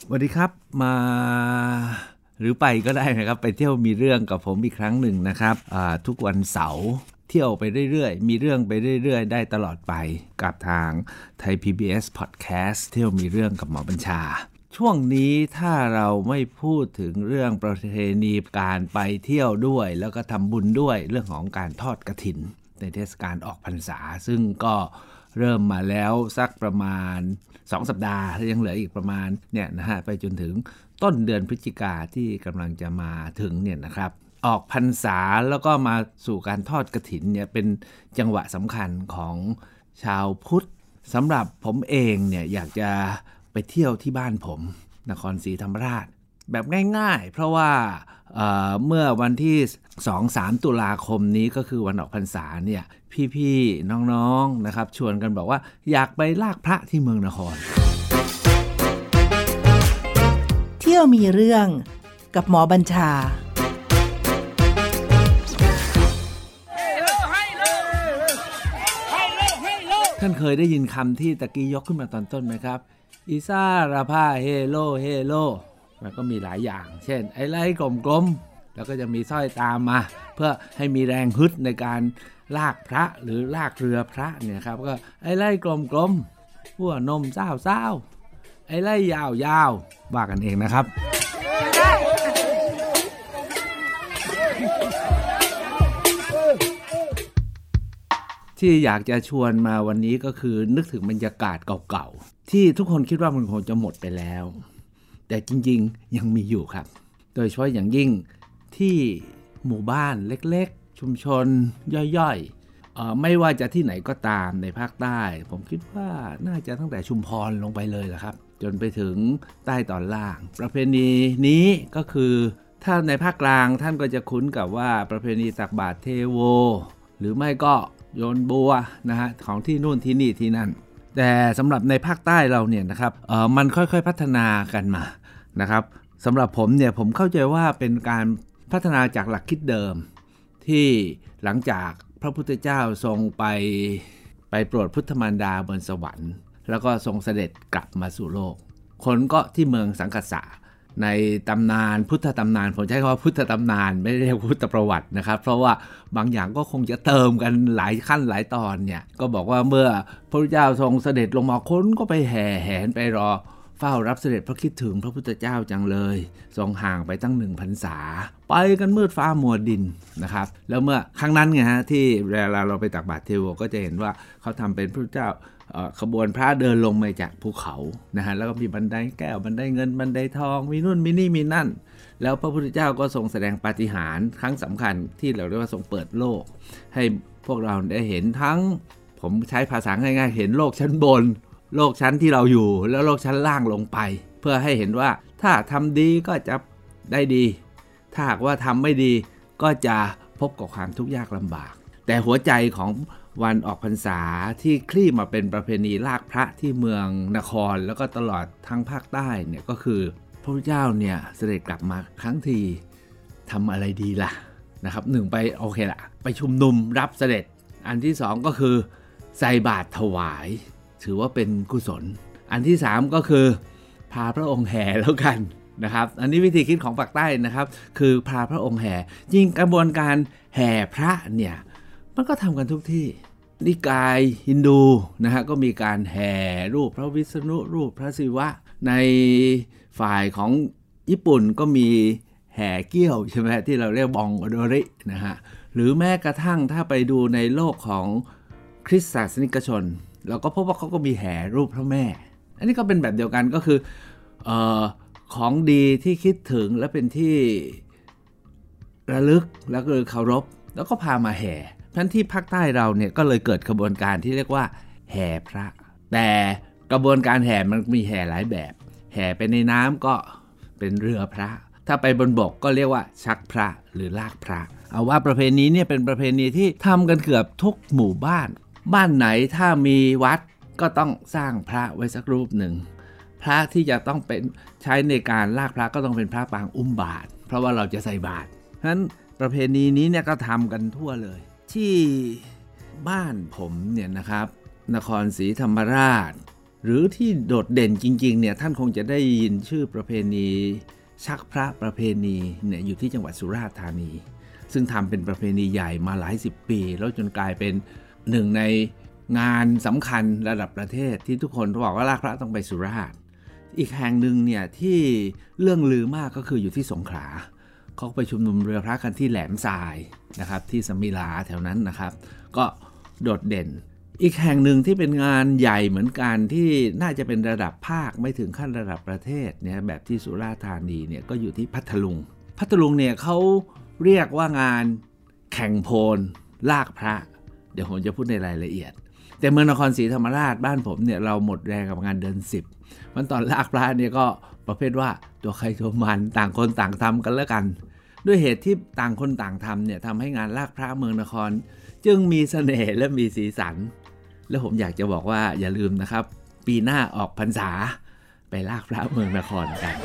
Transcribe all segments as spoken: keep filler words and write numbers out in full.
สวัสดีครับมาหรือไปก็ได้นะครับไปเที่ยวมีเรื่องกับผมอีกครั้งหนึ่งนะครับทุกวันเสาร์เที่ยวไปเรื่อยๆมีเรื่องไปเรื่อยๆได้ตลอดไปกับทางไทย พี บี เอส Podcast เที่ยวมีเรื่องกับหมอบัญชาช่วงนี้ถ้าเราไม่พูดถึงเรื่องประเพณีการไปเที่ยวด้วยแล้วก็ทำบุญด้วยเรื่องของการทอดกฐินในเทศกาลออกพรรษาซึ่งก็เริ่มมาแล้วสักประมาณสองสัปดาห์แล้วยังเหลืออีกประมาณเนี่ยนะฮะไปจนถึงต้นเดือนพฤศจิกาที่กำลังจะมาถึงเนี่ยนะครับออกพรรษาแล้วก็มาสู่การทอดกฐินเนี่ยเป็นจังหวะสำคัญของชาวพุทธสำหรับผมเองเนี่ยอยากจะไปเที่ยวที่บ้านผมนครศรีธรรมราชแบบง่ายๆเพราะว่า เอ่อ เมื่อวันที่ สองถึงสาม ตุลาคมนี้ก็คือวันออกพรรษาเนี่ยพี่ๆน้องๆนะครับชวนกันบอกว่าอยากไปลากพระที่เมืองนครเที่ยวมีเรื่องกับหมอบัญชาท่านเคยได้ยินคำที่ตะกี้ยกขึ้นมาตอนต้นไหมครับอีซ่าราพาเฮโลเฮโลมันก็มีหลายอย่างเช่นไอ้ไล่กลมๆแล้วก็จะมีสร้อยตามมาเพื่อให้มีแรงฮึดในการลากพระหรือลากเรือพระเนี่ยครับก็ไอ้ไล่กลมๆหัวนมเศร้าๆไอ้ไล่ยาวๆว่ากันเองนะครับที่อยากจะชวนมาวันนี้ก็คือนึกถึงบรรยากาศเก่าๆที่ทุกคนคิดว่ามันคงจะหมดไปแล้วแต่จริงๆยังมีอยู่ครับโดยเฉพาะอย่างยิ่งที่หมู่บ้านเล็กๆชุมชนย่อยๆเอ่อไม่ว่าจะที่ไหนก็ตามในภาคใต้ผมคิดว่าน่าจะตั้งแต่ชุมพรลงไปเลยล่ะครับจนไปถึงใต้ตอนล่างประเพณีนี้ก็คือถ้าในภาคกลางท่านก็จะคุ้นกับว่าประเพณีตักบาตรเทโวหรือไม่ก็โยนบัวนะฮะของที่นู่นที่นี่ที่นั่นแต่สำหรับในภาคใต้เราเนี่ยนะครับเอ่อมันค่อยๆพัฒนากันมานะครับสำหรับผมเนี่ยผมเข้าใจว่าเป็นการพัฒนาจากหลักคิดเดิมที่หลังจากพระพุทธเจ้าทรงไปไปโปรดพุทธมารดาบนสวรรค์แล้วก็ทรงเสด็จกลับมาสู่โลกคนก็ที่เมืองสังกัสสะในตำนานพุทธตำนานผมใช้คำว่าพุทธตำนานไม่ได้เรียกพุทธประวัตินะครับเพราะว่าบางอย่างก็คงจะเติมกันหลายขั้นหลายตอนเนี่ยก็บอกว่าเมื่อพระพุทธเจ้าทรงเสด็จลงมาคนก็ไปแห่แหนไปรอเฝ้ารับเสด็จเพราะคิดถึงพระพุทธเจ้าจังเลยทรงห่างไปตั้งหนึ่งพรรษาไปกันมืดฟ้ามัวดินนะครับแล้วเมื่อครั้งนั้นไงฮะที่เวลาเราไปตักบาตรเทโวก็จะเห็นว่าเขาทำเป็นพระพุทธเจ้าขบวนพระเดินลงมาจากภูเขานะฮะแล้วก็มีบันไดแก้วบันไดเงินบันไดทองมีนู่นมีนี่มีนั่นแล้วพระพุทธเจ้าก็ทรงแสดงปาฏิหาริย์ครั้งสำคัญที่เราเรียกว่าทรงเปิดโลกให้พวกเราได้เห็นทั้งผมใช้ภาษาง่ายๆเห็นโลกชั้นบนโลกชั้นที่เราอยู่แล้วโลกชั้นล่างลงไปเพื่อให้เห็นว่าถ้าทำดีก็จะได้ดีถ้าหากว่าทำไม่ดีก็จะพบกับความทุกข์ยากลำบากแต่หัวใจของวันออกพรรษาที่คลี่มาเป็นประเพณีลากพระที่เมืองนครแล้วก็ตลอดทั้งภาคใต้เนี่ยก็คือพระพุทธเจ้าเนี่ยเสด็จกลับมาครั้งทีทำอะไรดีล่ะนะครับหนึ่งไปโอเคละไปชุมนุมรับเสด็จอันที่สองก็คือใส่บาตรถวายถือว่าเป็นกุศลอันที่สามก็คือพาพระองค์แห่แล้วกันนะครับอันนี้วิธีคิดของภาคใต้นะครับคือพาพระองค์แห่จริงกระบวนการแห่พระเนี่ยมันก็ทำกันทุกที่นิกายฮินดูนะฮะก็มีการแห่รูปพระวิษณุรูปพระศิวะในฝ่ายของญี่ปุ่นก็มีแห่เกี้ยวใช่ไหมที่เราเรียกบองโดรินะฮะหรือแม้กระทั่งถ้าไปดูในโลกของคริสตศาสนิกชนเราก็พบว่าเขาก็มีแห่รูปพระแม่อันนี้ก็เป็นแบบเดียวกันก็คือเอ่อของดีที่คิดถึงและเป็นที่ระลึกแล้วก็เคารพแล้วก็พามาแห่ทั้งที่ภาคใต้เราเนี่ยก็เลยเกิดกระบวนการที่เรียกว่าแห่พระแต่กระบวนการแห่มันมีแห่หลายแบบแห่ไปในน้ำก็เป็นเรือพระถ้าไปบนบกก็เรียกว่าชักพระหรือลากพระเอาว่าประเพณีนี้เป็นประเพณีที่ทำกันเกือบทุกหมู่บ้านบ้านไหนถ้ามีวัดก็ต้องสร้างพระไว้สักรูปหนึ่งพระที่จะต้องเป็นใช้ในการลากพระก็ต้องเป็นพระปางอุ้มบาตรเพราะว่าเราจะใส่บาตรฉะนั้นประเพณีนี้เนี่ยก็ทำกันทั่วเลยที่บ้านผมเนี่ยนะครับนครศรีธรรมราชหรือที่โดดเด่นจริงๆเนี่ยท่านคงจะได้ยินชื่อประเพณีชักพระประเพณีเนี่ยอยู่ที่จังหวัดสุราษฎร์ธานีซึ่งทำเป็นประเพณีใหญ่มาหลายสิบปีแล้วจนกลายเป็นหนึ่งในงานสำคัญระดับประเทศที่ทุกคนบอกว่าลากพระต้องไปสุราษฎร์อีกแห่งหนึ่งเนี่ยที่เรื่องลือมากก็คืออยู่ที่สงขลาเขาไปชุมนุมเรือพระกันที่แหลมทรายนะครับที่สมิลาแถวนั้นนะครับก็โดดเด่นอีกแห่งหนึ่งที่เป็นงานใหญ่เหมือนกันที่น่าจะเป็นระดับภาคไม่ถึงขั้นระดับประเทศเนี่ยแบบที่สุราษฎร์ธานีเนี่ยก็อยู่ที่พัทลุงพัทลุงเนี่ยเขาเรียกว่างานแข่งโพลลากพระเดี๋ยวผมจะพูดในรายละเอียดแต่เมืองนครศรีธรรมราชบ้านผมเนี่ยเราหมดแรงกับงานเดือนสิบมันตอนลากพระเนี่ยก็ประเภทว่าตัวใครตัวมันต่างคนต่างทำกันแล้วกันด้วยเหตุที่ต่างคนต่างทำเนี่ยทำให้งานลากพระเมืองนครจึงมีเสน่ห์และมีสีสันแล้วผมอยากจะบอกว่าอย่าลืมนะครับปีหน้าออกพรรษาไปลากพระเมืองนครกัน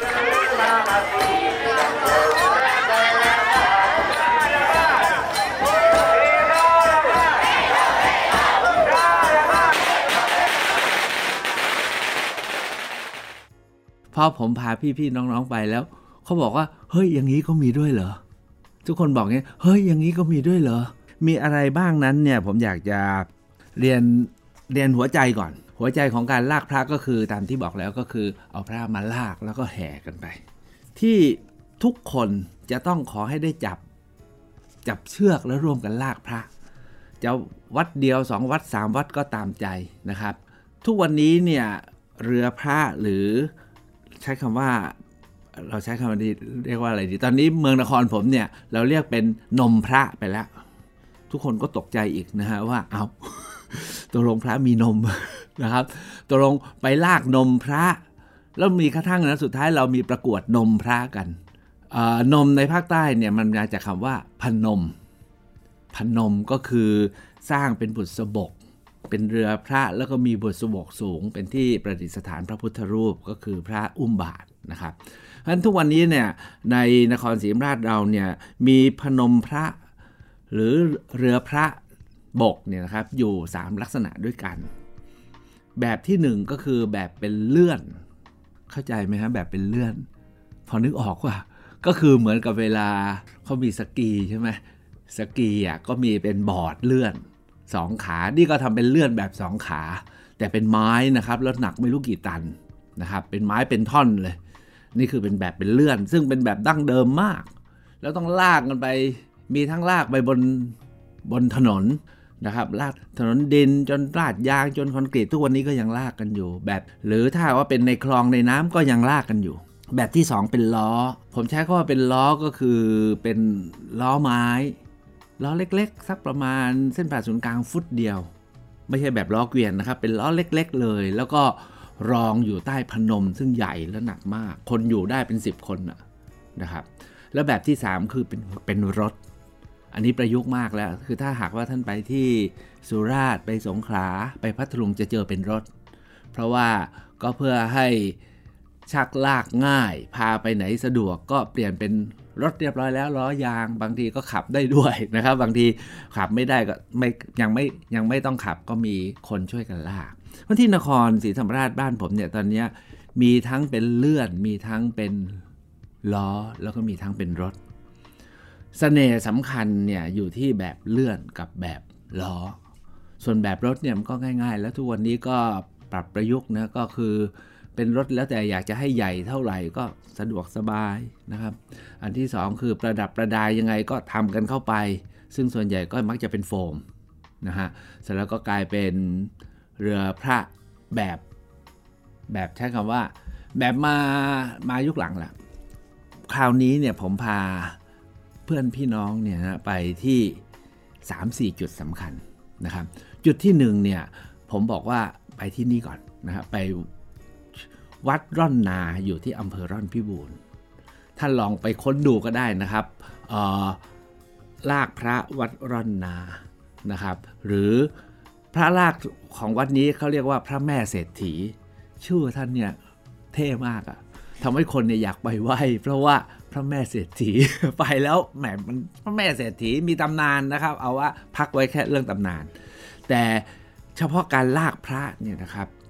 พอผมพาพี่ๆน้องๆไปแล้วเขาบอกว่าเฮ้ยอย่างนี้ก็มีด้วยเหรอทุกคนบอกงี้เฮ้ยอย่างนี้ก็มีด้วยเหรอมีอะไรบ้างนั้นเนี่ยผมอยากจะเรียนเรียนหัวใจก่อนหัวใจของการลากพระก็คือตามที่บอกแล้วก็คือเอาพระมาลากแล้วก็แห่กันไปที่ทุกคนจะต้องขอให้ได้จับจับเชือกแล้วร่วมกันลากพระจะวัดเดียวสองวัดสามวัดก็ตามใจนะครับทุกวันนี้เนี่ยเรือพระหรือใช้คำว่าเราใช้คำว่าเรียกว่าอะไรดีตอนนี้เมืองนครผมเนี่ยเราเรียกเป็นนมพระไปแล้วทุกคนก็ตกใจอีกนะฮะว่าเอาตกลงพระมีนมนะครับตกลงไปลากนมพระแล้วมีกระทั่งนะสุดท้ายเรามีประกวดนมพระกันนมในภาคใต้เนี่ยมันมาจากคำว่าพนมพนมก็คือสร้างเป็นบุษบกเป็นเรือพระแล้วก็มีบุษบกสูงเป็นที่ประดิษฐานพระพุทธรูปก็คือพระอุ้มบาทนะครับเพราะฉะนั้นทุกวันนี้เนี่ยในนครศรีธรรมราชเราเนี่ยมีพนมพระหรือเรือพระบกเนี่ยนะครับอยู่สามลักษณะด้วยกันแบบที่หนึ่งก็คือแบบเป็นเลื่อนเข้าใจไหมครับแบบเป็นเลื่อนพอนึกออกว่าก็คือเหมือนกับเวลาเขามีสกีใช่ไหมสกีอ่ะก็มีเป็นบอร์ดเลื่อนสองขานี่ก็ทำเป็นเลื่อนแบบสองขาแต่เป็นไม้นะครับแล้วหนักไม่รู้กี่ตันนะครับเป็นไม้เป็นท่อนเลยนี่คือเป็นแบบเป็นเลื่อนซึ่งเป็นแบบดั้งเดิมมากแล้วต้องลากกันไปมีทั้งลากไปบนบนถนนนะครับลากถนนดินจนลาดยางจนคอนกรีตทุกวันนี้ก็ยังลากกันอยู่แบบหรือถ้าว่าเป็นในคลองในน้ำก็ยังลากกันอยู่แบบที่สองเป็นล้อผมใช้คำว่าเป็นล้อก็คือเป็นล้อไม้ล้อเล็กๆสักประมาณเส้นผ่าศูนย์กลางฟุตเดียวไม่ใช่แบบล้อเกวียนนะครับเป็นล้อเล็กๆเลยแล้วก็รองอยู่ใต้พนมซึ่งใหญ่และหนักมากคนอยู่ได้เป็นสิบคนนะครับแล้วแบบที่สามคือเป็นเป็นรถอันนี้ประยุกต์มากแล้วคือถ้าหากว่าท่านไปที่สุราษฎร์ไปสงขลาไปพัทลุงจะเจอเป็นรถเพราะว่าก็เพื่อให้ชักลากง่ายพาไปไหนสะดวกก็เปลี่ยนเป็นรถเรียบร้อยแล้วล้อยางบางทีก็ขับได้ด้วยนะครับบางทีขับไม่ได้ก็ไม่ยังไม่ยังไม่ต้องขับก็มีคนช่วยกันลากเพราะที่นครศรีธรรมราชบ้านผมเนี่ยตอนนี้มีทั้งเป็นเลื่อนมีทั้งเป็นล้อแล้วก็มีทั้งเป็นรถเสน่ห์สำคัญเนี่ยอยู่ที่แบบเลื่อนกับแบบล้อส่วนแบบรถเนี่ยมันก็ง่ายๆแล้วทุกวันนี้ก็ปรับประยุกต์นะก็คือเป็นรถแล้วแต่อยากจะให้ใหญ่เท่าไหร่ก็สะดวกสบายนะครับอันที่สองคือประดับประดายังไงก็ทำกันเข้าไปซึ่งส่วนใหญ่ก็มักจะเป็นโฟมนะฮะเสร็จแล้วก็กลายเป็นเรือพระแบบแบบใช้คำว่าแบบมามายุคหลังแหละคราวนี้เนี่ยผมพาเพื่อนพี่น้องเนี่ยนะไปที่ สามสี่ จุดสำคัญนะครับจุดที่หนึ่งเนี่ยผมบอกว่าไปที่นี่ก่อนนะครับไปวัดร่อนนาอยู่ที่อำเภอร่อนพิบูลท่านลองไปค้นดูก็ได้นะครับลากพระวัดร่อนนานะครับหรือพระลากของวัดนี้เขาเรียกว่าพระแม่เศรษฐีชื่อท่านเนี่ยเท่มากอะทำให้คนเนี่ยอยากไปไหว้เพราะว่าพระแม่เศรษฐี ไปแล้วแหมมันพระแม่เศรษฐีมีตำนานนะครับเอาว่าพักไว้แค่เรื่องตำนานแต่เฉพาะการลากพระเนี่ยนะครับ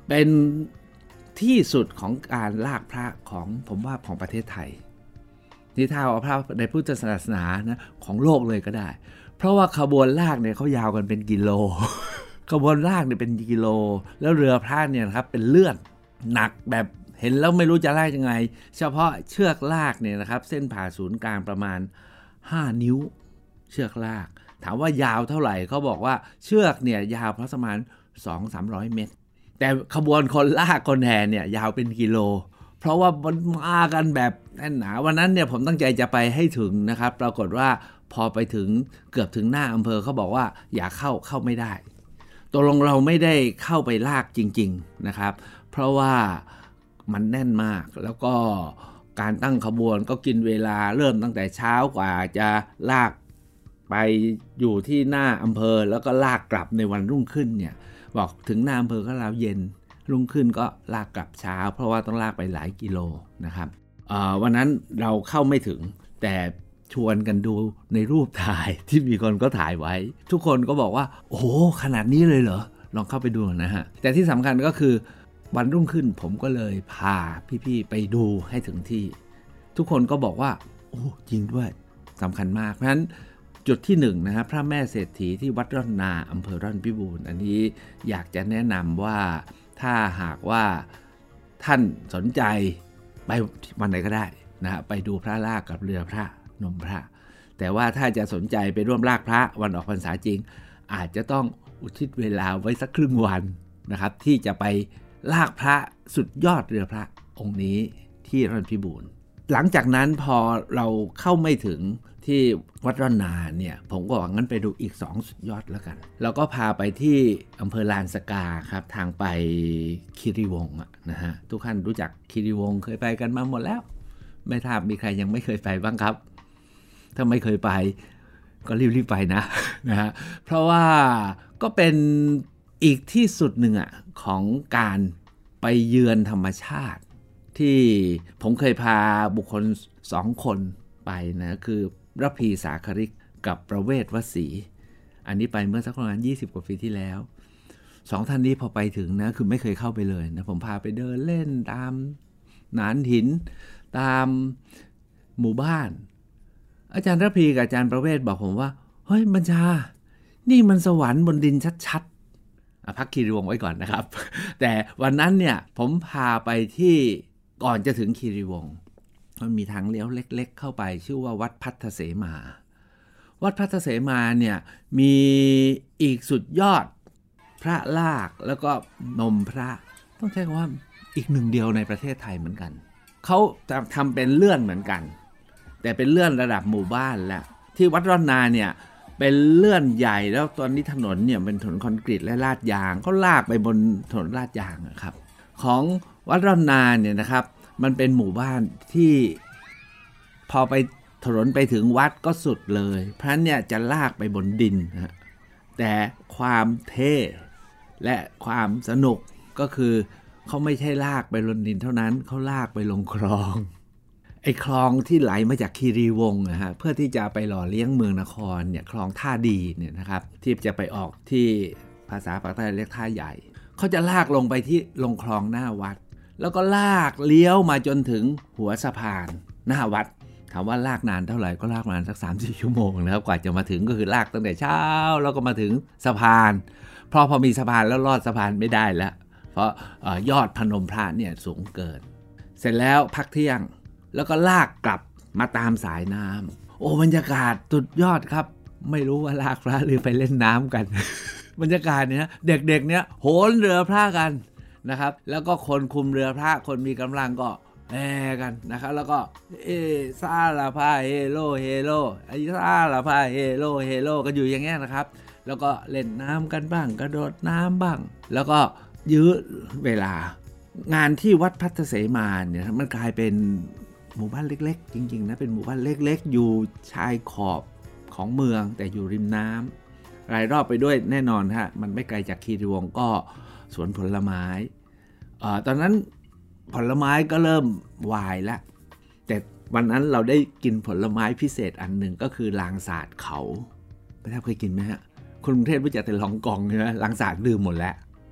เป็นที่สุดของการลากพระของผมว่าของประเทศไทยที่ถ้าเอาพระในพุทธศาสนานะของโลกเลยก็ได้เพราะว่าขบวนลากเนี่ยเขายาวกันเป็นกิโล ขบวนลากเนี่ยเป็นกิโลแล้วเรือพระเนี่ยครับเป็นเลื่อนหนักแบบเห็นแล้วไม่รู้จะลากยังไงเฉพาะเชือกลากเนี่ยนะครับเส้นผ่าศูนย์กลางประมาณห้านิ้วเชือกลากถามว่ายาวเท่าไหร่เขาบอกว่าเชือกเนี่ยยาวประมาณ สองถึงสามร้อย เมตรแต่ขบวนคนลากคนแห่เนี่ยยาวเป็นกิโลเพราะว่ามันมากันแบบแน่นหนาวันนั้นเนี่ยผมตั้งใจจะไปให้ถึงนะครับปรากฏว่าพอไปถึงเกือบถึงหน้าอำเภอเขาบอกว่าอย่าเข้าเข้าไม่ได้ตกลงเราไม่ได้เข้าไปลากจริงๆนะครับเพราะว่ามันแน่นมากแล้วก็การตั้งขบวนก็กินเวลาเริ่มตั้งแต่เช้ากว่าจะลากไปอยู่ที่หน้าอำเภอแล้วก็ลากกลับในวันรุ่งขึ้นเนี่ยบอกถึงหน้าอำเภอก็ราวเย็นรุ่งขึ้นก็ลากกลับเช้าเพราะว่าต้องลากไปหลายกิโลนะครับวันนั้นเราเข้าไม่ถึงแต่ชวนกันดูในรูปถ่ายที่มีคนก็ถ่ายไว้ทุกคนก็บอกว่าโอ้โหขนาดนี้เลยเหรอลองเข้าไปดูนะฮะแต่ที่สำคัญก็คือวันรุ่งขึ้นผมก็เลยพาพี่ๆไปดูให้ถึงที่ทุกคนก็บอกว่าโอ้จริงด้วยสำคัญมากเพราะฉะนั้นจุดที่หนึ่งนะครับพระแม่เศรษฐีที่วัดร่อนนาอำเภอร่อนพิบูลอันนี้อยากจะแนะนำว่าถ้าหากว่าท่านสนใจไปวันไหนก็ได้นะฮะไปดูพระลากกับเรือพระนมพระแต่ว่าถ้าจะสนใจไปร่วมลากพระวันออกพรรษาจริงอาจจะต้องอุทิศเวลาไว้สักครึ่งวันนะครับที่จะไปลากพระสุดยอดเรือพระองค์นี้ที่ร่อนพิบูลหลังจากนั้นพอเราเข้าไม่ถึงที่วัดร่อนนาเนี่ยผมก็บอกงั้นไปดูอีกสองสุดยอดแล้วกันแล้วก็พาไปที่อำเภอลานสกาครับทางไปคีรีวงศ์นะฮะทุกท่านรู้จักคีรีวงศ์เคยไปกันมาหมดแล้วไม่ทราบมีใครยังไม่เคยไปบ้างครับถ้าไม่เคยไปก็รีบๆไปนะนะฮะเพราะว่าก็เป็นอีกที่สุดหนึ่งอ่ะของการไปเยือนธรรมชาติที่ผมเคยพาบุคคลสองคนไปนะคือระพีสาคริกกับประเวศวสีอันนี้ไปเมื่อสักประมาณยี่สิบกว่าปีที่แล้วสองท่านนี้พอไปถึงนะคือไม่เคยเข้าไปเลยนะผมพาไปเดินเล่นตามหนานหินตามหมู่บ้านอาจารย์ระพีกับอาจารย์ประเวศบอกผมว่าเฮ้ยบัญชานี่มันสวรรค์บนดินชัดๆพักคีรีวงศ์ไว้ก่อนนะครับแต่วันนั้นเนี่ยผมพาไปที่ก่อนจะถึงคีรีวงศ์มันมีทางเลี้ยวเล็กๆเข้าไปชื่อว่าวัดพัทธเสมาวัดพัทธเสมาเนี่ยมีอีกสุดยอดพระลากแล้วก็นมพระต้องใช้คำว่าอีกหนึ่งเดียวในประเทศไทยเหมือนกันเขาทำเป็นเลื่อนเหมือนกันแต่เป็นเลื่อนระดับหมู่บ้านแล้วที่วัดร่อนนาเนี่ยเป็นเลื่อนใหญ่แล้วตอนนี้ถนนเนี่ยเป็นถนนคอนกรีตและลาดยางเขาลากไปบนถนนลาดยางครับของวัดร่อนนาเนี่ยนะครับมันเป็นหมู่บ้านที่พอไปถนนไปถึงวัดก็สุดเลยเพราะฉะนั้นเนี่ยจะลากไปบนดินนะแต่ความเท่และความสนุกก็คือเขาไม่ใช่ลากไปบนดินเท่านั้นเขาลากไปลงคลองไอ้คลองที่ไหลมาจากคีรีวงศ์นะฮะเพื่อที่จะไปหล่อเลี้ยงเมืองนครเนี่ยคลองท่าดีเนี่ยนะครับที่จะไปออกที่ภาษาปากใต้เรียกท่าใหญ่เขาจะลากลงไปที่ลงคลองหน้าวัดแล้วก็ลากเลี้ยวมาจนถึงหัวสะพานหน้าวัดถามว่าลากนานเท่าไหร่ก็ลากนานสัก สามถึงสี่ ชั่วโมงนะครับกว่าจะมาถึงก็คือลากตั้งแต่เช้าแล้วก็มาถึงสะพานเพราะพอมีสะพานแล้วลอดสะพานไม่ได้แล้วเพราะเอ่อยอดพนมพระเนี่ยสูงเกินเสร็จแล้วพักเที่ยงแล้วก็ลากกลับมาตามสายน้ำโอ้บรรยากาศสุดยอดครับไม่รู้ว่าลากพระหรือไปเล่นน้ำกัน บรรยากาศเนี่ยเด็กๆเนี่ยโหนเรือพระกันนะครับแล้วก็คนคุมเรือพระคนมีกำลังก็แห่กันนะครับแล้วก็เอซาลาพาเฮโลเฮโลไอซาลาพาเฮโลเฮโลกันอยู่อย่างเงี้ยนะครับแล้วก็เล่นน้ำกันบ้างกระโดดน้ำบ้างแล้วก็ยื้อเวลางานที่วัดพัทธเสมาเนี่ยมันกลายเป็นหมู่บ้านเล็กๆจริงๆนะเป็นหมู่บ้านเล็กๆอยู่ชายขอบของเมืองแต่อยู่ริมน้ำรายรอบไปด้วยแน่นอนฮะมันไม่ไกลจากคีรีวงศ์ก็สวนผลไม้เอ่อตอนนั้นผลไม้ก็เริ่มวายแล้วแต่วันนั้นเราได้กินผลไม้พิเศษอันหนึ่งก็คือลางสาดเขาไม่ทราบเคยกินไหมฮะคนกรุงเทพรู้จักแต่ลองกองใช่ไหมลางสาดดื่มหมดแล้ว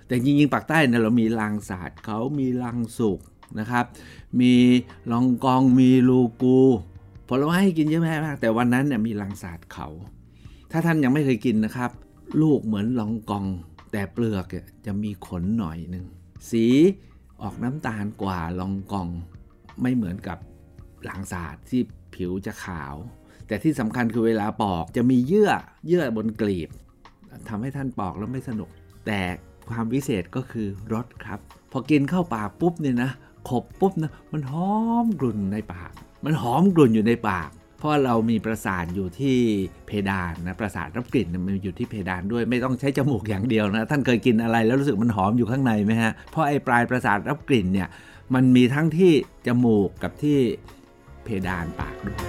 แต่จริงๆปากใต้เนี่ยเรามีลางสาดเขามีลางสุกนะครับมีลองกองมีลูกูผลไม้ให้กินเยอะแยะมากแต่วันนั้นเนี่ยมีลางสาดเขาถ้าท่านยังไม่เคยกินนะครับลูกเหมือนลองกองแต่เปลือกจะมีขนหน่อยนึงสีออกน้ำตาลกว่าลองกองไม่เหมือนกับลางสาดที่ผิวจะขาวแต่ที่สำคัญคือเวลาปอกจะมีเยื่อเยื่อบนกลีบทำให้ท่านปอกแล้วไม่สนุกแต่ความพิเศษก็คือรสครับพอกินเข้าปากปุ๊บเนี่ยนะขบปุ๊บนะมันหอมกลุ่นในปากมันหอมกลุ่นอยู่ในปากเพราะเรามีประสาทอยู่ที่เพดานนะประสาทรับกลิ่นมันอยู่ที่เพดานด้วยไม่ต้องใช้จมูกอย่างเดียวนะท่านเคยกินอะไรแล้วรู้สึกมันหอมอยู่ข้างในไหมฮะเพราะไอ้ปลายประสาทรับกลิ่นเนี่ยมันมีทั้งที่จมูกกับที่เพดานปากด้วย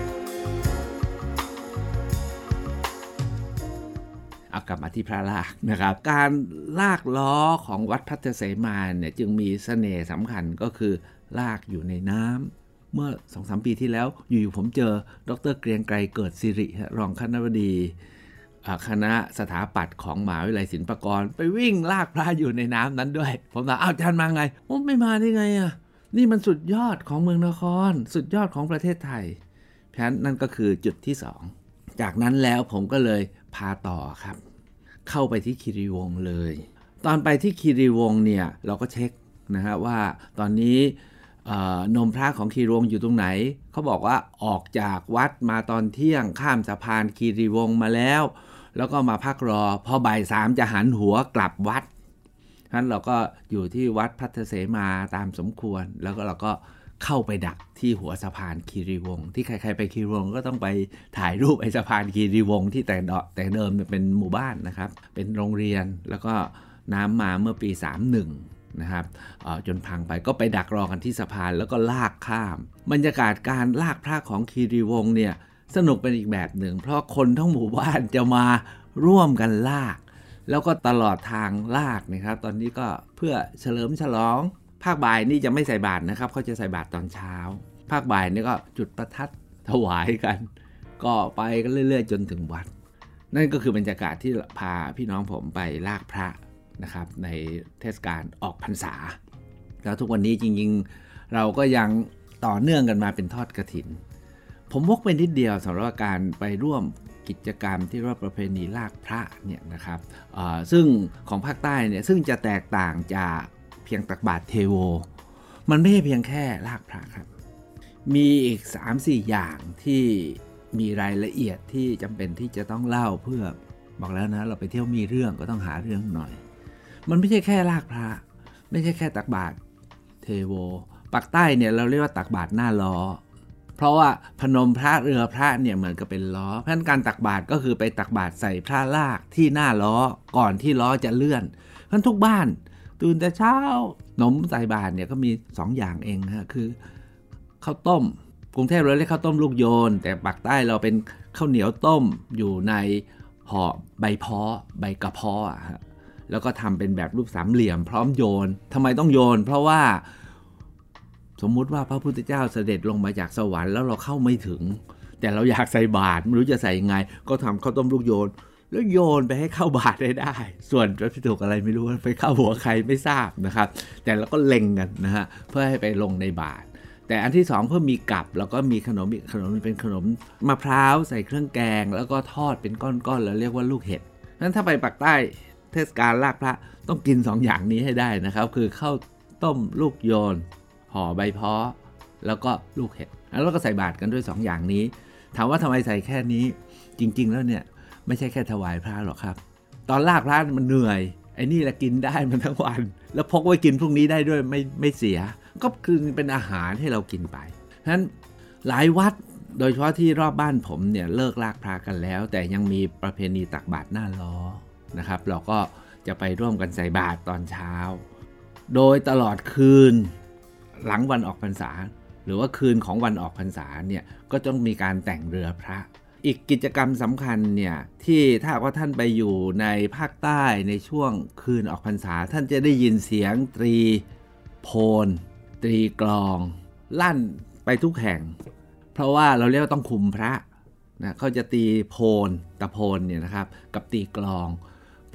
เอากลับมาที่พระลากนะครับการลากล้อของวัดพัทเสมาเนี่ยจึงมีเสน่ห์สำคัญก็คือลากอยู่ในน้ำเมื่อ สองถึงสาม ปีที่แล้วอยู่ๆผมเจอดร.เกรียงไกรเกิดสิริรองคณบดีคณะสถาปัตย์ของมหาวิทยาลัยศิลปากรไปวิ่งลากพระอยู่ในน้ำนั้นด้วยผมถามอ้าวอาจารย์มาไงโอ้ไม่มาได้ไงอ่ะนี่มันสุดยอดของเมืองนครสุดยอดของประเทศไทยเพราะฉะนั้นนั่นก็คือจุดที่สองจากนั้นแล้วผมก็เลยพาต่อครับเข้าไปที่คีรีวงศ์เลยตอนไปที่คีรีวงศ์เนี่ยเราก็เช็คนะฮะว่าตอนนี้นมพระของคีรีวงศ์อยู่ตรงไหนเขาบอกว่าออกจากวัดมาตอนเที่ยงข้ามสะพานคีรีวงศ์มาแล้วแล้วก็มาพักรอพอบ่ายสามจะหันหัวกลับวัดฉะนั้นเราก็อยู่ที่วัดพัทเสมาตามสมควรแล้วก็เราก็เข้าไปดักที่หัวสะพานคีรีวงศ์ที่ใครๆไปคีรีวงศ์ก็ต้องไปถ่ายรูปไอ้สะพานคีรีวงศ์ที่แต่แต่เดิมเป็นหมู่บ้านนะครับเป็นโรงเรียนแล้วก็น้ำมาเมื่อปีสามสิบเอ็ดนะครับจนพังไปก็ไปดักรอกันที่สะพานแล้วก็ลากข้ามบรรยากาศการลากพระของคีรีวงศ์เนี่ยสนุกเป็นอีกแบบหนึ่งเพราะคนทั้งหมู่บ้านจะมาร่วมกันลากแล้วก็ตลอดทางลากนะครับตอนนี้ก็เพื่อเฉลิมฉลองภาคบ่ายนี่จะไม่ใส่บาตรนะครับเขาจะใส่บาตรตอนเช้าภาคบ่ายนี่ก็จุดประทัดถวายกันก็ไปกันเรื่อยๆจนถึงวัดนั่นก็คือบรรยากาศที่พาพี่น้องผมไปลากพระนะครับในเทศกาลออกพรรษาแล้วทุกวันนี้จริงๆเราก็ยังต่อเนื่องกันมาเป็นทอดกฐินผมวกไปนิดเดียวสำหรับการไปร่วมกิจกรรมที่เรียกว่าประเพณีลากพระเนี่ยนะครับซึ่งของภาคใต้เนี่ยซึ่งจะแตกต่างจากเพียงตักบาตรเทโวมันไม่ใช่เพียงแค่ลากพระครับมีอีก สามสี่ อย่างที่มีรายละเอียดที่จำเป็นที่จะต้องเล่าเพื่อบอกแล้วนะเราไปเที่ยวมีเรื่องก็ต้องหาเรื่องหน่อยมันไม่ใช่แค่ลากพระไม่ใช่แค่ตักบาตรเทโวปากใต้เนี่ยเราเรียกว่าตักบาตรหน้าล้อเพราะว่าพนมพระเรือพระเนี่ยเหมือนกับเป็นล้อเพราะฉะนั้นการตักบาตรก็คือไปตักบาตรใส่พระลากที่หน้าล้อก่อนที่ล้อจะเลื่อนเพราะฉะนั้นทุกบ้านตื่นแต่เช้าขนมใส่บาตรเนี่ยก็มีสองอย่างเองฮะคือข้าวต้มกรุงเทพเราเรียกข้าวต้มลูกโยนแต่ปากใต้เราเป็นข้าวเหนียวต้มอยู่ในห่อใบเพาะใบกระเพาะฮะแล้วก็ทำเป็นแบบรูปสามเหลี่ยมพร้อมโยนทำไมต้องโยนเพราะว่าสมมุติว่าพระพุทธเจ้าเสด็จลงมาจากสวรรค์แล้วเราเข้าไม่ถึงแต่เราอยากใส่บาตรไม่รู้จะใส่ยังไงก็ทำข้าวต้มลูกโยนแล้วโยนไปให้เข้าบาตรได้ได้ส่วนพระพิถูกอะไรไม่รู้ไปเข้าหัวใครไม่ทราบนะครับแต่เราก็เล็งกันนะฮะเพื่อให้ไปลงในบาตรแต่อันที่สองเพิ่มมีกับแล้วก็มีขนมอีกขนมเป็นขนมมะพร้าวใส่เครื่องแกงแล้วก็ทอดเป็นก้อนๆแล้วเรียกว่าลูกเห็ดงั้นถ้าไปปากใต้เทศกาลลากพระต้องกินสองอย่างนี้ให้ได้นะครับคือข้าวต้มลูกโยนห่อใบเพาะแล้วก็ลูกเห็ดแล้วก็ใส่บาตรกันด้วยสองอย่างนี้ถามว่าทำไมใส่แค่นี้จริงๆแล้วเนี่ยไม่ใช่แค่ถวายพระหรอกครับตอนลากพระมันเหนื่อยไอ้นี่แหละกินได้มันทั้งวันแล้วพกไว้กินพรุ่งนี้ได้ด้วยไม่ไม่เสียก็คือเป็นอาหารให้เรากินไปฉะนั้นหลายวัดโดยเฉพาะที่รอบบ้านผมเนี่ยเลิกลากพระกันแล้วแต่ยังมีประเพณีตักบาตรหน้าล้อนะครับเราก็จะไปร่วมกันใส่บาตรตอนเช้าโดยตลอดคืนหลังวันออกพรรษาหรือว่าคืนของวันออกพรรษาเนี่ยก็ต้องมีการแต่งเรือพระอีกกิจกรรมสำคัญเนี่ยที่ถ้าว่าท่านไปอยู่ในภาคใต้ในช่วงคืนออกพรรษาท่านจะได้ยินเสียงตรีโพนตรีกลองลั่นไปทุกแห่งเพราะว่าเราเรียกว่าต้องคุมพระนะเขาจะตีโพนตะโพนเนี่ยนะครับกับตีกลองเพื่อ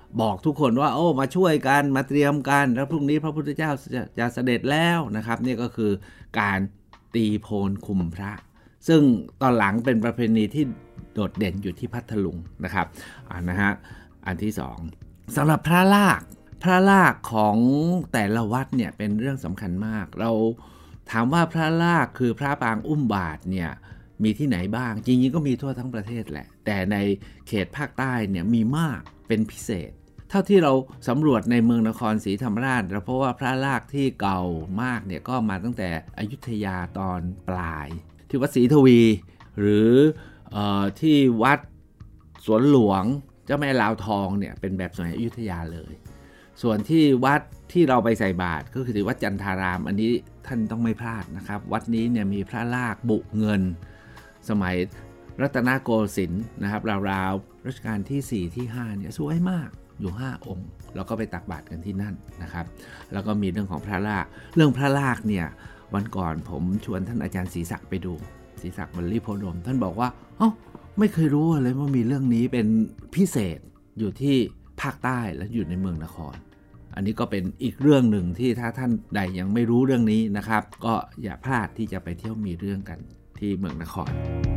บอกทุกคนว่าโอ้มาช่วยกันมาเตรียมกันแล้วพรุ่งนี้พระพุทธเจ้าจะจะเสด็จแล้วนะครับนี่ก็คือการตีโพนคุมพระซึ่งตอนหลังเป็นประเพณีที่โดดเด่นอยู่ที่พัทลุงนะครับอ่านะฮะอันที่สองสำหรับพระลากพระลากของแต่ละวัดเนี่ยเป็นเรื่องสำคัญมากเราถามว่าพระลากคือพระปางอุ้มบาตรเนี่ยมีที่ไหนบ้างจริงๆก็มีทั่วทั้งประเทศแหละแต่ในเขตภาคใต้เนี่ยมีมากเป็นพิเศษเท่าที่เราสำรวจในเมืองนครศรีธรรมราชเราพบว่าพระลากที่เก่ามากเนี่ยก็มาตั้งแต่อยุธยาตอนปลายที่วัดศรีทวีหรือเอ่อที่วัดสวนหลวงเจ้าแม่ลาวทองเนี่ยเป็นแบบสมัยอยุธยาเลยส่วนที่วัดที่เราไปใส่บาตรก็คือที่วัดจันทารามอันนี้ท่านต้องไม่พลาดนะครับวัดนี้เนี่ยมีพระลากบุเงินสมัยรัตนโกสินทร์นะครับราวๆรัชกาลที่สี่ที่ห้าเนี่ยสวยมากอยู่ห้าองค์แล้วก็ไปตักบาตรกันที่นั่นนะครับแล้วก็มีเรื่องของพระลากเรื่องพระลากเนี่ยวันก่อนผมชวนท่านอาจารย์ศรีศักดิ์ไปดูศรีศักดิ์บรรลีโพดมท่านบอกว่าเอ้าไม่เคยรู้เลยว่ามีเรื่องนี้เป็นพิเศษอยู่ที่ภาคใต้และอยู่ในเมืองนครอันนี้ก็เป็นอีกเรื่องหนึ่งที่ถ้าท่านใดยังไม่รู้เรื่องนี้นะครับก็อย่าพลาดที่จะไปเที่ยวมีเรื่องกันที่เมืองนคร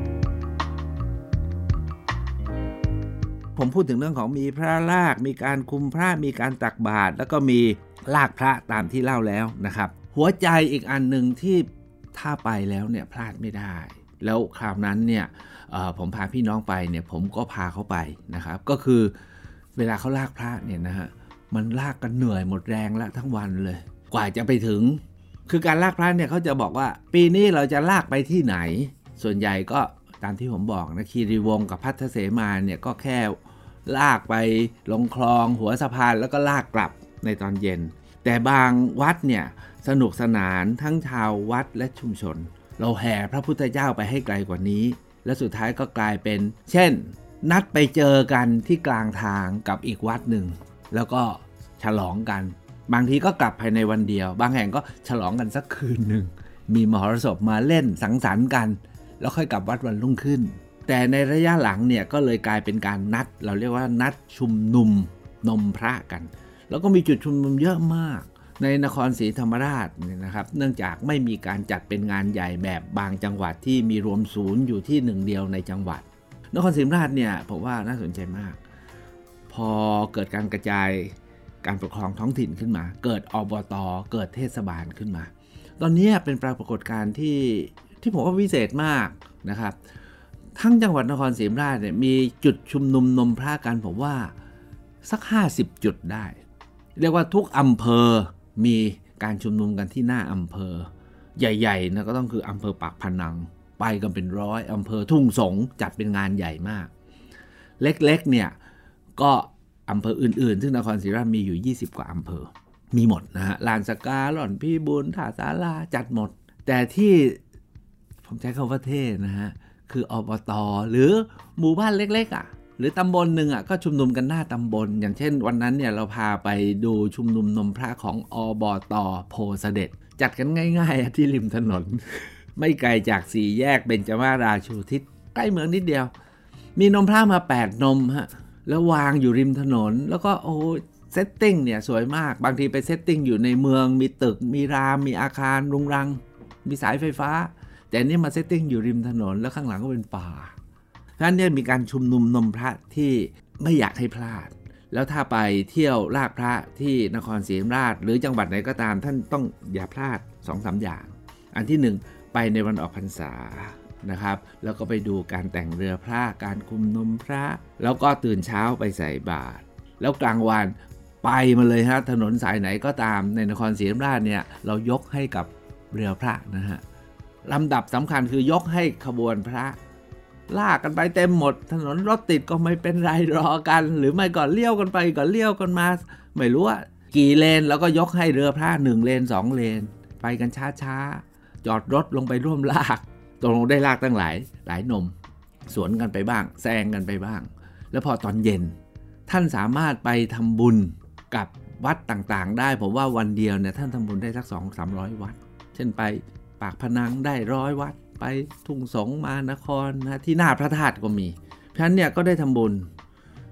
ผมพูดถึงเรื่องของมีพระลากมีการคุมพระมีการตักบาตรแล้วก็มีลากพระตามที่เล่าแล้วนะครับหัวใจอีกอันหนึ่งที่ถ้าไปแล้วเนี่ยพลาดไม่ได้แล้วคราวนั้นเนี่ยผมพาพี่น้องไปเนี่ยผมก็พาเขาไปนะครับก็คือเวลาเขาลากพระเนี่ยนะฮะมันลากกันเหนื่อยหมดแรงแล้วทั้งวันเลยกว่าจะไปถึงคือการลากพระเนี่ยเขาจะบอกว่าปีนี้เราจะลากไปที่ไหนส่วนใหญ่ก็ตามที่ผมบอกนะคีรีวงศ์กับพัทเสมาเนี่ยก็แค่ลากไปลงคลองหัวสะพานแล้วก็ลากกลับในตอนเย็นแต่บางวัดเนี่ยสนุกสนานทั้งชาววัดและชุมชนเราแห่พระพุทธเจ้าไปให้ไกลกว่านี้และสุดท้ายก็กลายเป็นเช่นนัดไปเจอกันที่กลางทางกับอีกวัดหนึ่งแล้วก็ฉลองกันบางทีก็กลับภายในวันเดียวบางแห่งก็ฉลองกันสักคืนหนึ่งมีมหรสพมาเล่นสังสรรค์กันแล้วค่อยกลับวัดวันรุ่งขึ้นแต่ในระยะหลังเนี่ยก็เลยกลายเป็นการนัดเราเรียกว่านัดชุมนุมนมพระกันแล้วก็มีจุดชุมนุมเยอะมากในนครศรีธรรมราชเนี่ยนะครับเนื่องจากไม่มีการจัดเป็นงานใหญ่แบบบางจังหวัดที่มีรวมศูนย์อยู่ที่หนึ่งเดียวในจังหวัดนครศรีธรรมราชเนี่ยผมว่าน่าสนใจมากพอเกิดการกระจายการปกครองท้องถิ่นขึ้นมาเกิดอบต.เกิดเทศบาลขึ้นมาตอนนี้เป็นปรากฏการณ์ที่ที่ผมว่าวิเศษมากนะครับทั้งจังหวัดนครศรีธรรมราชเนี่ยมีจุดชุมนุมนมพระกันผมว่าสักห้าสิบจุดได้เรียกว่าทุกอำเภอมีการชุมนุมกันที่หน้าอำเภอใหญ่ๆนะก็ต้องคืออำเภอปากพนังไปกันเป็นร้อยอำเภอทุ่งสงจัดเป็นงานใหญ่มากเล็กๆเนี่ยก็อำเภออื่นๆซึ่งนครศรีธรรมราชมีอยู่ยี่สิบกว่าอำเภอมีหมดนะฮะลานสกาหล่อนพี่บุญท่าศาลาจัดหมดแต่ที่ผมใช้คำว่าเท่นะฮะคืออบต.หรือหมู่บ้านเล็กๆอ่ะหรือตำบลหนึ่งอ่ะก็ชุมนุมกันหน้าตำบลอย่างเช่นวันนั้นเนี่ยเราพาไปดูชุมนุมนมพระของอบต.โพเสด็จจัดกันง่ายๆที่ริมถนน ไม่ไกลจากสี่แยกเบญจมาราชูทิศใกล้เมืองนิดเดียวมีนมพระมาแปดนมฮะแล้ววางอยู่ริมถนนแล้วก็โอ้เซตติ้งเนี่ยสวยมากบางทีไปเซตติ้งอยู่ในเมืองมีตึกมีรามมีอาคารรุงรังมีสายไฟฟ้าแต่นี่มาเซตติ้งอยู่ริมถนนแล้วข้างหลังก็เป็นป่าเพราะฉะนั้นเนี่ยมีการชุมนุมนมพระที่ไม่อยากให้พลาดแล้วถ้าไปเที่ยวลากพระที่นครศรีธรรมราชหรือจังหวัดไหนก็ตามท่านต้องอย่าพลาด สองถึงสาม อย่างอันที่หนึ่งไปในวันออกพรรษานะครับแล้วก็ไปดูการแต่งเรือพระการคุมนมพระแล้วก็ตื่นเช้าไปใส่บาตรแล้วกลางวันไปมาเลยฮะถนนสายไหนก็ตามในนครศรีธรรมราชเนี่ยเรายกให้กับเรือพระนะฮะลำดับสำคัญคือยกให้ขบวนพระลากกันไปเต็มหมดถนนรถติดก็ไม่เป็นไรรอกันหรือไม่ก่อนเลี้ยวกันไปก่อนเลี้ยวกันมาไม่รู้ว่ากี่เลนแล้วก็ยกให้เรือพระหนึ่งเลนสองเลนไปกันช้าๆจอดรถลงไปร่วมลากตกลงได้ลากตั้งหลายหลายนมสวนกันไปบ้างแซงกันไปบ้างแล้วพอตอนเย็นท่านสามารถไปทำบุญกับวัดต่างๆได้ผมว่าวันเดียวเนี่ยท่านทำบุญได้สัก สองถึงสามร้อย วัดเช่นไปปากพนังได้ร้อยวัดไปทุ่งสงมานครนะที่หน้าพระธาตุก็มีเพราะฉะนั้นเนี่ยก็ได้ทำบุญ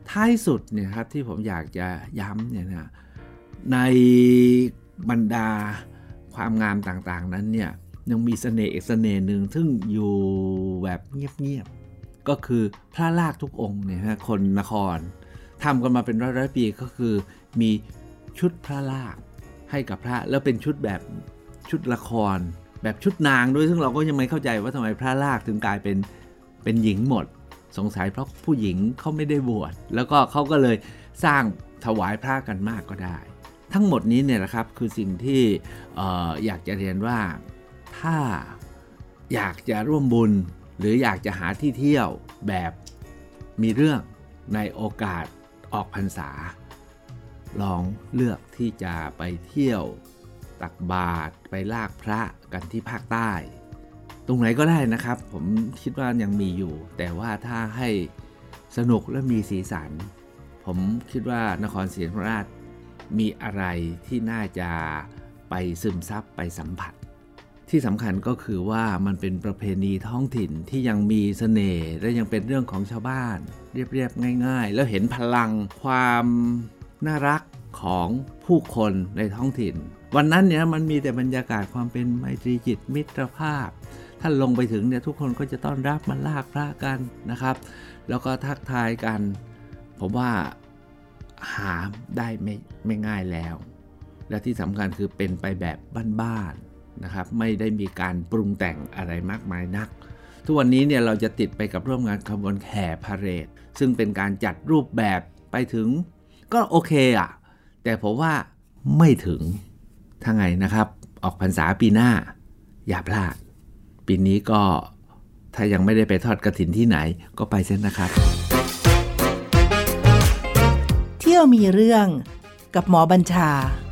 ท้ายสุดเนี่ยครับที่ผมอยากจะย้ำเนี่ยนะในบรรดาความงามต่างๆนั้นเนี่ยยังมีเสน่ห์อีกเสน่ห์หนึ่งซึ่งอยู่แบบเงียบๆก็คือพระลากทุกองค์เนี่ยฮะคนนครทำกันมาเป็นร้อยๆปีก็คือมีชุดพระลากให้กับพระแล้วเป็นชุดแบบชุดละครแบบชุดนางด้วยซึ่งเราก็ยังไม่เข้าใจว่าทำไมพระลากถึงกลายเป็นเป็นหญิงหมดสงสัยเพราะผู้หญิงเขาไม่ได้บวชแล้วก็เขาก็เลยสร้างถวายพระกันมากก็ได้ทั้งหมดนี้เนี่ยนะครับคือสิ่งที่เอ่ออยากจะเรียนว่าถ้าอยากจะร่วมบุญหรืออยากจะหาที่เที่ยวแบบมีเรื่องในโอกาสออกพรรษาลองเลือกที่จะไปเที่ยวตักบาตรไปลากพระกันที่ภาคใต้ตรงไหนก็ได้นะครับผมคิดว่ายังมีอยู่แต่ว่าถ้าให้สนุกและมีสีสันผมคิดว่านครศรีธรรมราชมีอะไรที่น่าจะไปซึมซับไปสัมผัสที่สำคัญก็คือว่ามันเป็นประเพณีท้องถิ่นที่ยังมีเสน่ห์และยังเป็นเรื่องของชาวบ้านเรียบๆง่ายๆแล้วเห็นพลังความน่ารักของผู้คนในท้องถิ่นวันนั้นเนี่ยมันมีแต่บรรยากาศความเป็นไมตรีจิตมิตรภาพท่านลงไปถึงเนี่ยทุกคนก็จะต้อนรับมาลากพระกันนะครับแล้วก็ทักทายกันผมว่าหาได้ไม่ไม่ง่ายแล้วและที่สำคัญคือเป็นไปแบบบ้านๆนะครับไม่ได้มีการปรุงแต่งอะไรมากมายนักทุกวันนี้เนี่ยเราจะติดไปกับร่วมงานขบวนแห่พาเหรดซึ่งเป็นการจัดรูปแบบไปถึงก็โอเคอ่ะแต่ผมว่าไม่ถึงถ้าไงนะครับออกพรรษาปีหน้าอย่าพลาดปีนี้ก็ถ้ายังไม่ได้ไปทอดกฐินที่ไหนก็ไปเส้นนะครับเที่ยวมีเรื่องกับหมอบัญชา